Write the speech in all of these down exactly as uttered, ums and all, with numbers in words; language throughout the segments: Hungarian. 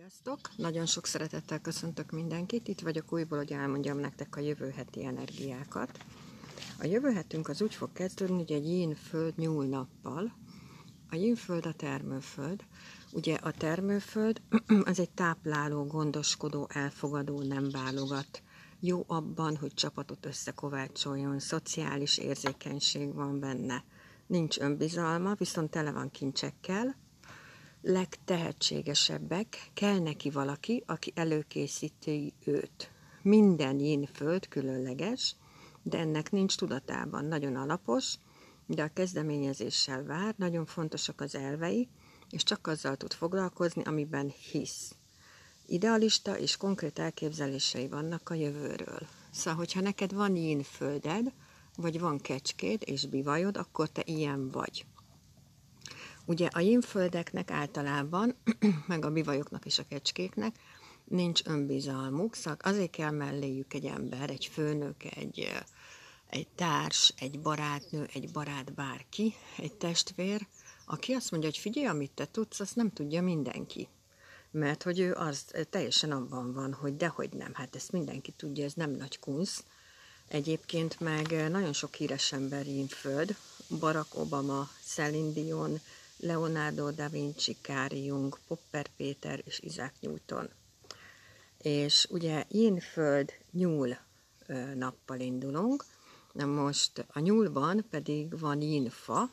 Sziasztok! Nagyon sok szeretettel köszöntök mindenkit. Itt vagyok újból, hogy elmondjam nektek a jövő heti energiákat. A jövő hetünk az úgy fog kezdődni, hogy egy yin-föld nyúl nappal. A yin-föld a termőföld. Ugye a termőföld az egy tápláló, gondoskodó, elfogadó, nem válogat. Jó abban, hogy csapatot összekovácsoljon, szociális érzékenység van benne. Nincs önbizalma, viszont tele van kincsekkel. Legtehetségesebbek, kell neki valaki, aki előkészíti őt. Minden yin-föld különleges, de ennek nincs tudatában. Nagyon alapos, de a kezdeményezéssel vár, nagyon fontosak az elvei, és csak azzal tud foglalkozni, amiben hisz. Idealista és konkrét elképzelései vannak a jövőről. Szóval, hogyha neked van yin-földed, vagy van kecskéd és bivajod, akkor te ilyen vagy. Ugye a yin-földeknek általában, meg a bivajoknak és a kecskéknek nincs önbizalmuk, szóval azért kell melléjük egy ember, egy főnök, egy, egy társ, egy barátnő, egy barát, bárki, egy testvér, aki azt mondja, hogy figyelj, amit te tudsz, azt nem tudja mindenki. Mert hogy ő az teljesen abban van, hogy dehogy nem, hát ezt mindenki tudja, ez nem nagy kunsz. Egyébként meg nagyon sok híres ember yin-föld, Barack Obama, Celine Dion, Leonardo da Vinci, Carl Jung, Popper Péter és Isaac Newton. És ugye yin-föld nyúl nappal indulunk, na most a nyúlban pedig van yin-fa,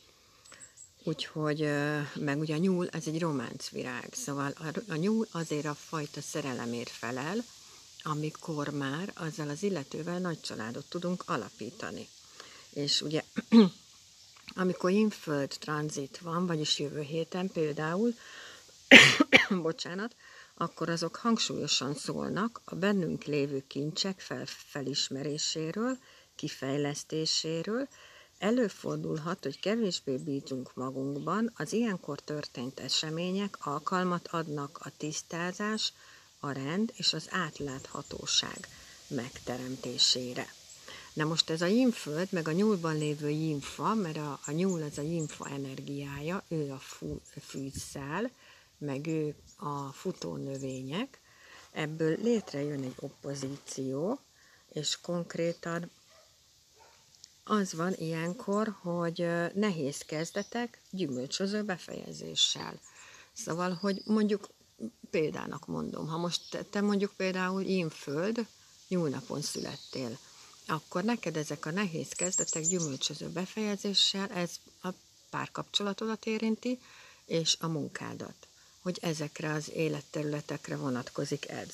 úgyhogy, meg ugye a nyúl, ez egy románcvirág, szóval a, a nyúl azért a fajta szerelemért felel, amikor már azzal az illetővel nagy családot tudunk alapítani. És ugye amikor yin-föld tranzit van, vagyis jövő héten például, bocsánat, akkor azok hangsúlyosan szólnak a bennünk lévő kincsek fel, felismeréséről, kifejlesztéséről. Előfordulhat, hogy kevésbé bízunk magunkban, az ilyenkor történt események alkalmat adnak a tisztázás, a rend és az átláthatóság megteremtésére. Na most ez a yin-föld, meg a nyúlban lévő yin-fa, mert a, a nyúl az a yin-fa energiája, ő a fú, fűszál, meg ő a futó növények, ebből létrejön egy oppozíció, és konkrétan az van ilyenkor, hogy nehéz kezdetek gyümölcsöző befejezéssel. Szóval, hogy mondjuk példának mondom, ha most te, te mondjuk például yin-föld, nyúlnapon születtél, akkor neked ezek a nehéz kezdetek gyümölcsöző befejezéssel, ez a párkapcsolatodat érinti, és a munkádat, hogy ezekre az életterületekre vonatkozik ez.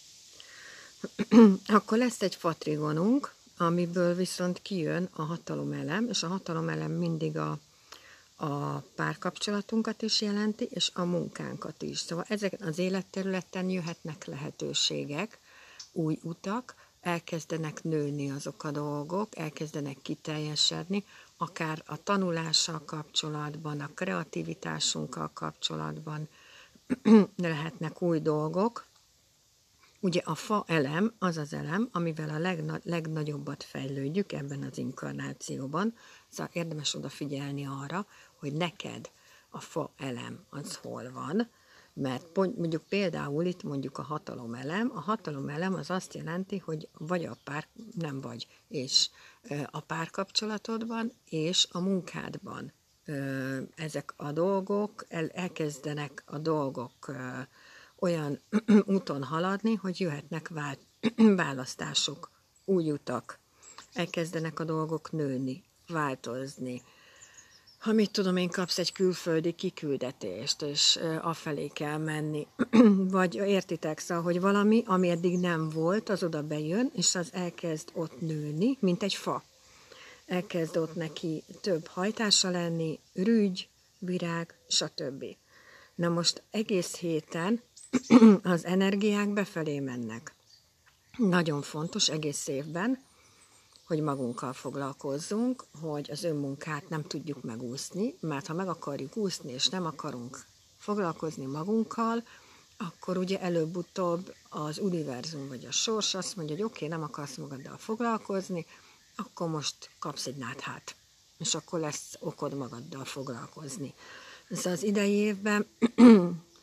Akkor lesz egy fatrigonunk, amiből viszont kijön a hatalomelem, és a hatalomelem mindig a, a párkapcsolatunkat is jelenti, és a munkánkat is. Szóval ezek az életterületen jöhetnek lehetőségek, új utak, elkezdenek nőni azok a dolgok, elkezdenek kiteljesedni, akár a tanulással kapcsolatban, a kreativitásunkkal kapcsolatban lehetnek új dolgok. Ugye a fa elem az az elem, amivel a legna- legnagyobbat fejlődjük ebben az inkarnációban, szóval érdemes odafigyelni arra, hogy neked a fa elem az hol van, mert mondjuk például itt mondjuk a hatalomelem, a hatalomelem az azt jelenti, hogy vagy a pár, nem vagy, és a párkapcsolatodban, és a munkádban ezek a dolgok, el, elkezdenek a dolgok olyan úton haladni, hogy jöhetnek választások, új utak, elkezdenek a dolgok nőni, változni. Ha mit tudom én, kapsz egy külföldi kiküldetést, és afelé kell menni, vagy értitek, szóval, hogy valami, ami eddig nem volt, az oda bejön, és az elkezd ott nőni, mint egy fa. Elkezd ott neki több hajtása lenni, rügy, virág, stb. Na most egész héten az energiák befelé mennek. Nagyon fontos egész évben, hogy magunkkal foglalkozzunk, hogy az önmunkát nem tudjuk megúszni, mert ha meg akarjuk úszni, és nem akarunk foglalkozni magunkkal, akkor ugye előbb-utóbb az univerzum vagy a sors azt mondja, hogy oké, okay, nem akarsz magaddal foglalkozni, akkor most kapsz egy náthát, és akkor lesz okod magaddal foglalkozni. Ez az idei évben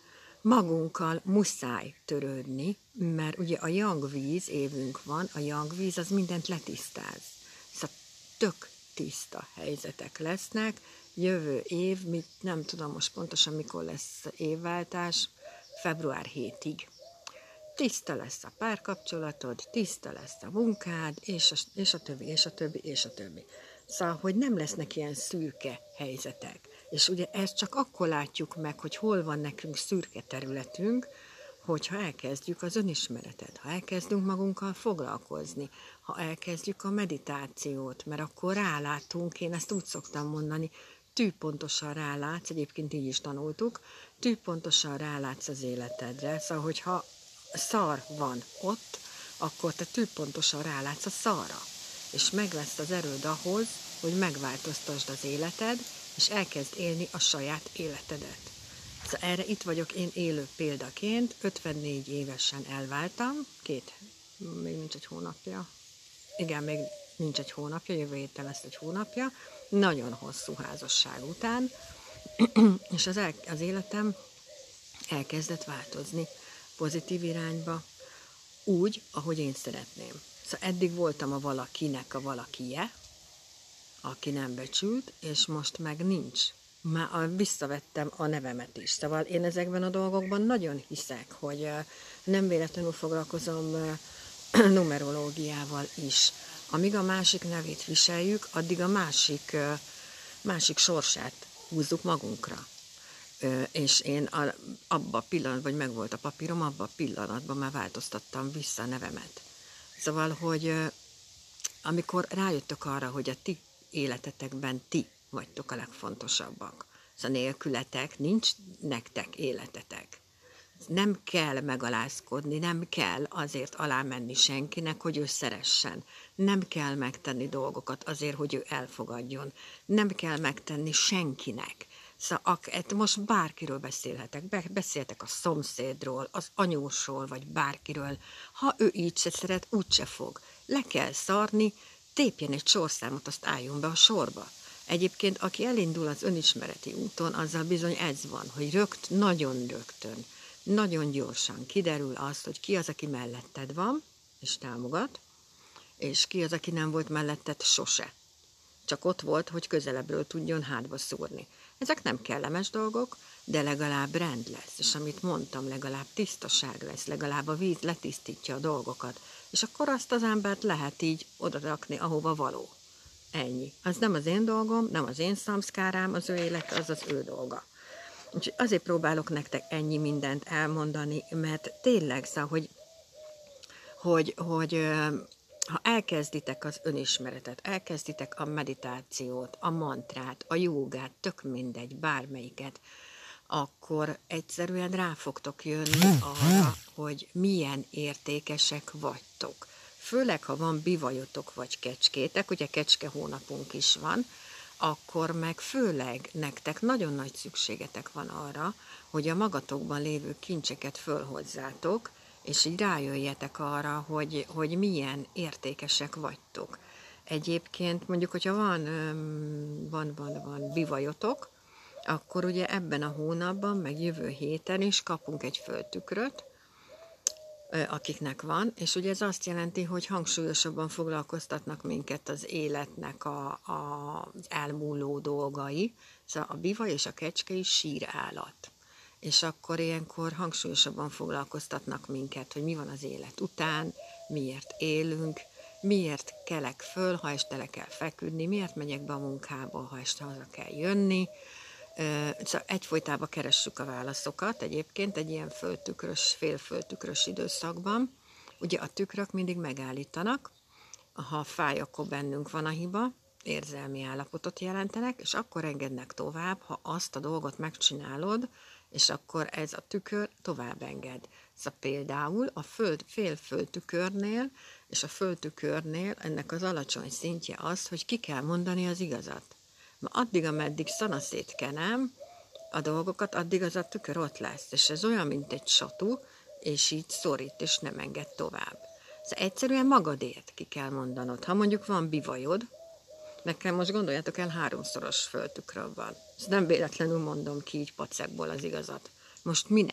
magunkkal muszáj törődni, mert ugye a yang víz évünk van, a yang víz az mindent letisztáz. Szóval tök tiszta helyzetek lesznek, jövő év, mit, nem tudom most pontosan mikor lesz évváltás, február hetedikéig. Tiszta lesz a párkapcsolatod, tiszta lesz a munkád, és a, és a többi, és a többi, és a többi. Szóval, hogy nem lesznek ilyen szürke helyzetek. És ugye ezt csak akkor látjuk meg, hogy hol van nekünk szürke területünk, hogyha elkezdjük az önismeretet, ha elkezdünk magunkkal foglalkozni, ha elkezdjük a meditációt, mert akkor rálátunk, én ezt úgy szoktam mondani, tűpontosan rálátsz, egyébként így is tanultuk, tűpontosan rálátsz az életedre, szóval, hogyha szar van ott, akkor te tűpontosan rálátsz a szarra, és meg lesz az erőd ahhoz, hogy megváltoztasd az életed, és elkezd élni a saját életedet. Szóval erre itt vagyok én élő példaként, ötvennégy évesen elváltam, két, még nincs egy hónapja, igen, még nincs egy hónapja, jövő héten lesz egy hónapja, nagyon hosszú házasság után, és az, el, az életem elkezdett változni pozitív irányba, úgy, ahogy én szeretném. Szóval eddig voltam a valakinek a valakije, aki nem becsült, és most meg nincs. Már visszavettem a nevemet is. Szóval én ezekben a dolgokban nagyon hiszek, hogy nem véletlenül foglalkozom numerológiával is. Amíg a másik nevét viseljük, addig a másik, másik sorsát húzzuk magunkra. És én abban a pillanatban, vagy megvolt a papírom, abban a pillanatban már változtattam vissza a nevemet. Szóval, hogy amikor rájöttök arra, hogy a ti életetekben ti vagytok a legfontosabbak, szóval nélkületek nincs nektek életetek. Nem kell megalázkodni, nem kell azért alámenni senkinek, hogy ő szeressen. Nem kell megtenni dolgokat azért, hogy ő elfogadjon. Nem kell megtenni senkinek. Szóval most bárkiről beszélhetek, beszéltek a szomszédról, az anyósról, vagy bárkiről. Ha ő így se szeret, úgy se fog. Le kell szarni, tépjen egy sorszámot, azt álljon be a sorba. Egyébként, aki elindul az önismereti úton, azzal bizony ez van, hogy rögt, nagyon rögtön, nagyon gyorsan kiderül az, hogy ki az, aki melletted van, és támogat, és ki az, aki nem volt melletted sose. Csak ott volt, hogy közelebbről tudjon hátba szúrni. Ezek nem kellemes dolgok, de legalább rend lesz, és amit mondtam, legalább tisztaság lesz, legalább a víz letisztítja a dolgokat, és akkor azt az embert lehet így odarakni, ahova való. Ennyi. Az nem az én dolgom, nem az én szamszkárám, az ő élet, az az ő dolga. Úgyhogy azért próbálok nektek ennyi mindent elmondani, mert tényleg, szóval, hogy, hogy, hogy ha elkezditek az önismeretet, elkezditek a meditációt, a mantrát, a jógát, tök mindegy, bármelyiket, akkor egyszerűen rá fogtok jönni arra, hogy milyen értékesek vagytok. Főleg, ha van bivajotok vagy kecskétek, ugye kecske hónapunk is van, akkor meg főleg nektek nagyon nagy szükségetek van arra, hogy a magatokban lévő kincseket fölhozzátok, és így rájöjjetek arra, hogy, hogy milyen értékesek vagytok. Egyébként mondjuk, hogyha van, van, van, van bivajotok, akkor ugye ebben a hónapban, meg jövő héten is kapunk egy földtükröt, akiknek van, és ugye ez azt jelenti, hogy hangsúlyosabban foglalkoztatnak minket az életnek a, a, az elmúló dolgai, szóval a bivaj és a kecske is sírállat. És akkor ilyenkor hangsúlyosabban foglalkoztatnak minket, hogy mi van az élet után, miért élünk, miért kelek föl, ha este le kell feküdni, miért megyek be a munkába, ha este haza kell jönni. Szóval egyfolytában keressük a válaszokat, egyébként egy ilyen földtükrös, félföldtükrös időszakban. Ugye a tükrök mindig megállítanak, ha fáj, akkor bennünk van a hiba, érzelmi állapotot jelentenek, és akkor engednek tovább, ha azt a dolgot megcsinálod, és akkor ez a tükör tovább enged. Szóval például a föld, félföldtükörnél és a földtükörnél ennek az alacsony szintje az, hogy ki kell mondani az igazat. Ma addig, ameddig szanaszétkenem a dolgokat, addig az a tükör ott lesz. És ez olyan, mint egy satú, és így szorít, és nem enged tovább. Szóval egyszerűen magadért ki kell mondanod. Ha mondjuk van bivajod, nekem most gondoljátok el, háromszoros földtükröm van. Ezt nem véletlenül mondom ki így pacekból az igazat. Most minek?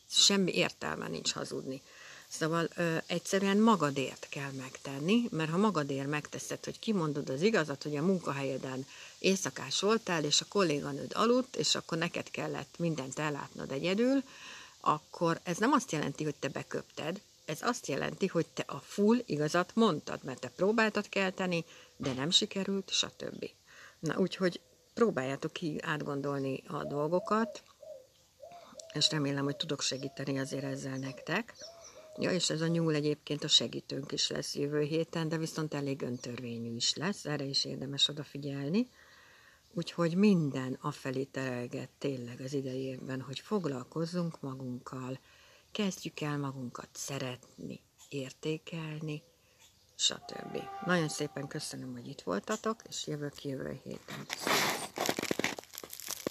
semmi értelme nincs hazudni. Szóval ö, egyszerűen magadért kell megtenni, mert ha magadért megteszed, hogy kimondod az igazat, hogy a munkahelyeden éjszakás voltál, és a kolléganőd aludt, és akkor neked kellett mindent ellátnod egyedül, akkor ez nem azt jelenti, hogy te beköpted, ez azt jelenti, hogy te a full igazat mondtad, mert te próbáltad kelteni, de nem sikerült, stb. Na úgyhogy próbáljátok ki átgondolni a dolgokat, és remélem, hogy tudok segíteni azért ezzel nektek. Ja, és ez a nyúl egyébként a segítőnk is lesz jövő héten, de viszont elég öntörvényű is lesz, erre is érdemes odafigyelni. Úgyhogy minden afelé terelget tényleg az idei évben, hogy foglalkozzunk magunkkal, kezdjük el magunkat szeretni, értékelni, stb. Nagyon szépen köszönöm, hogy itt voltatok, és jövök jövő héten.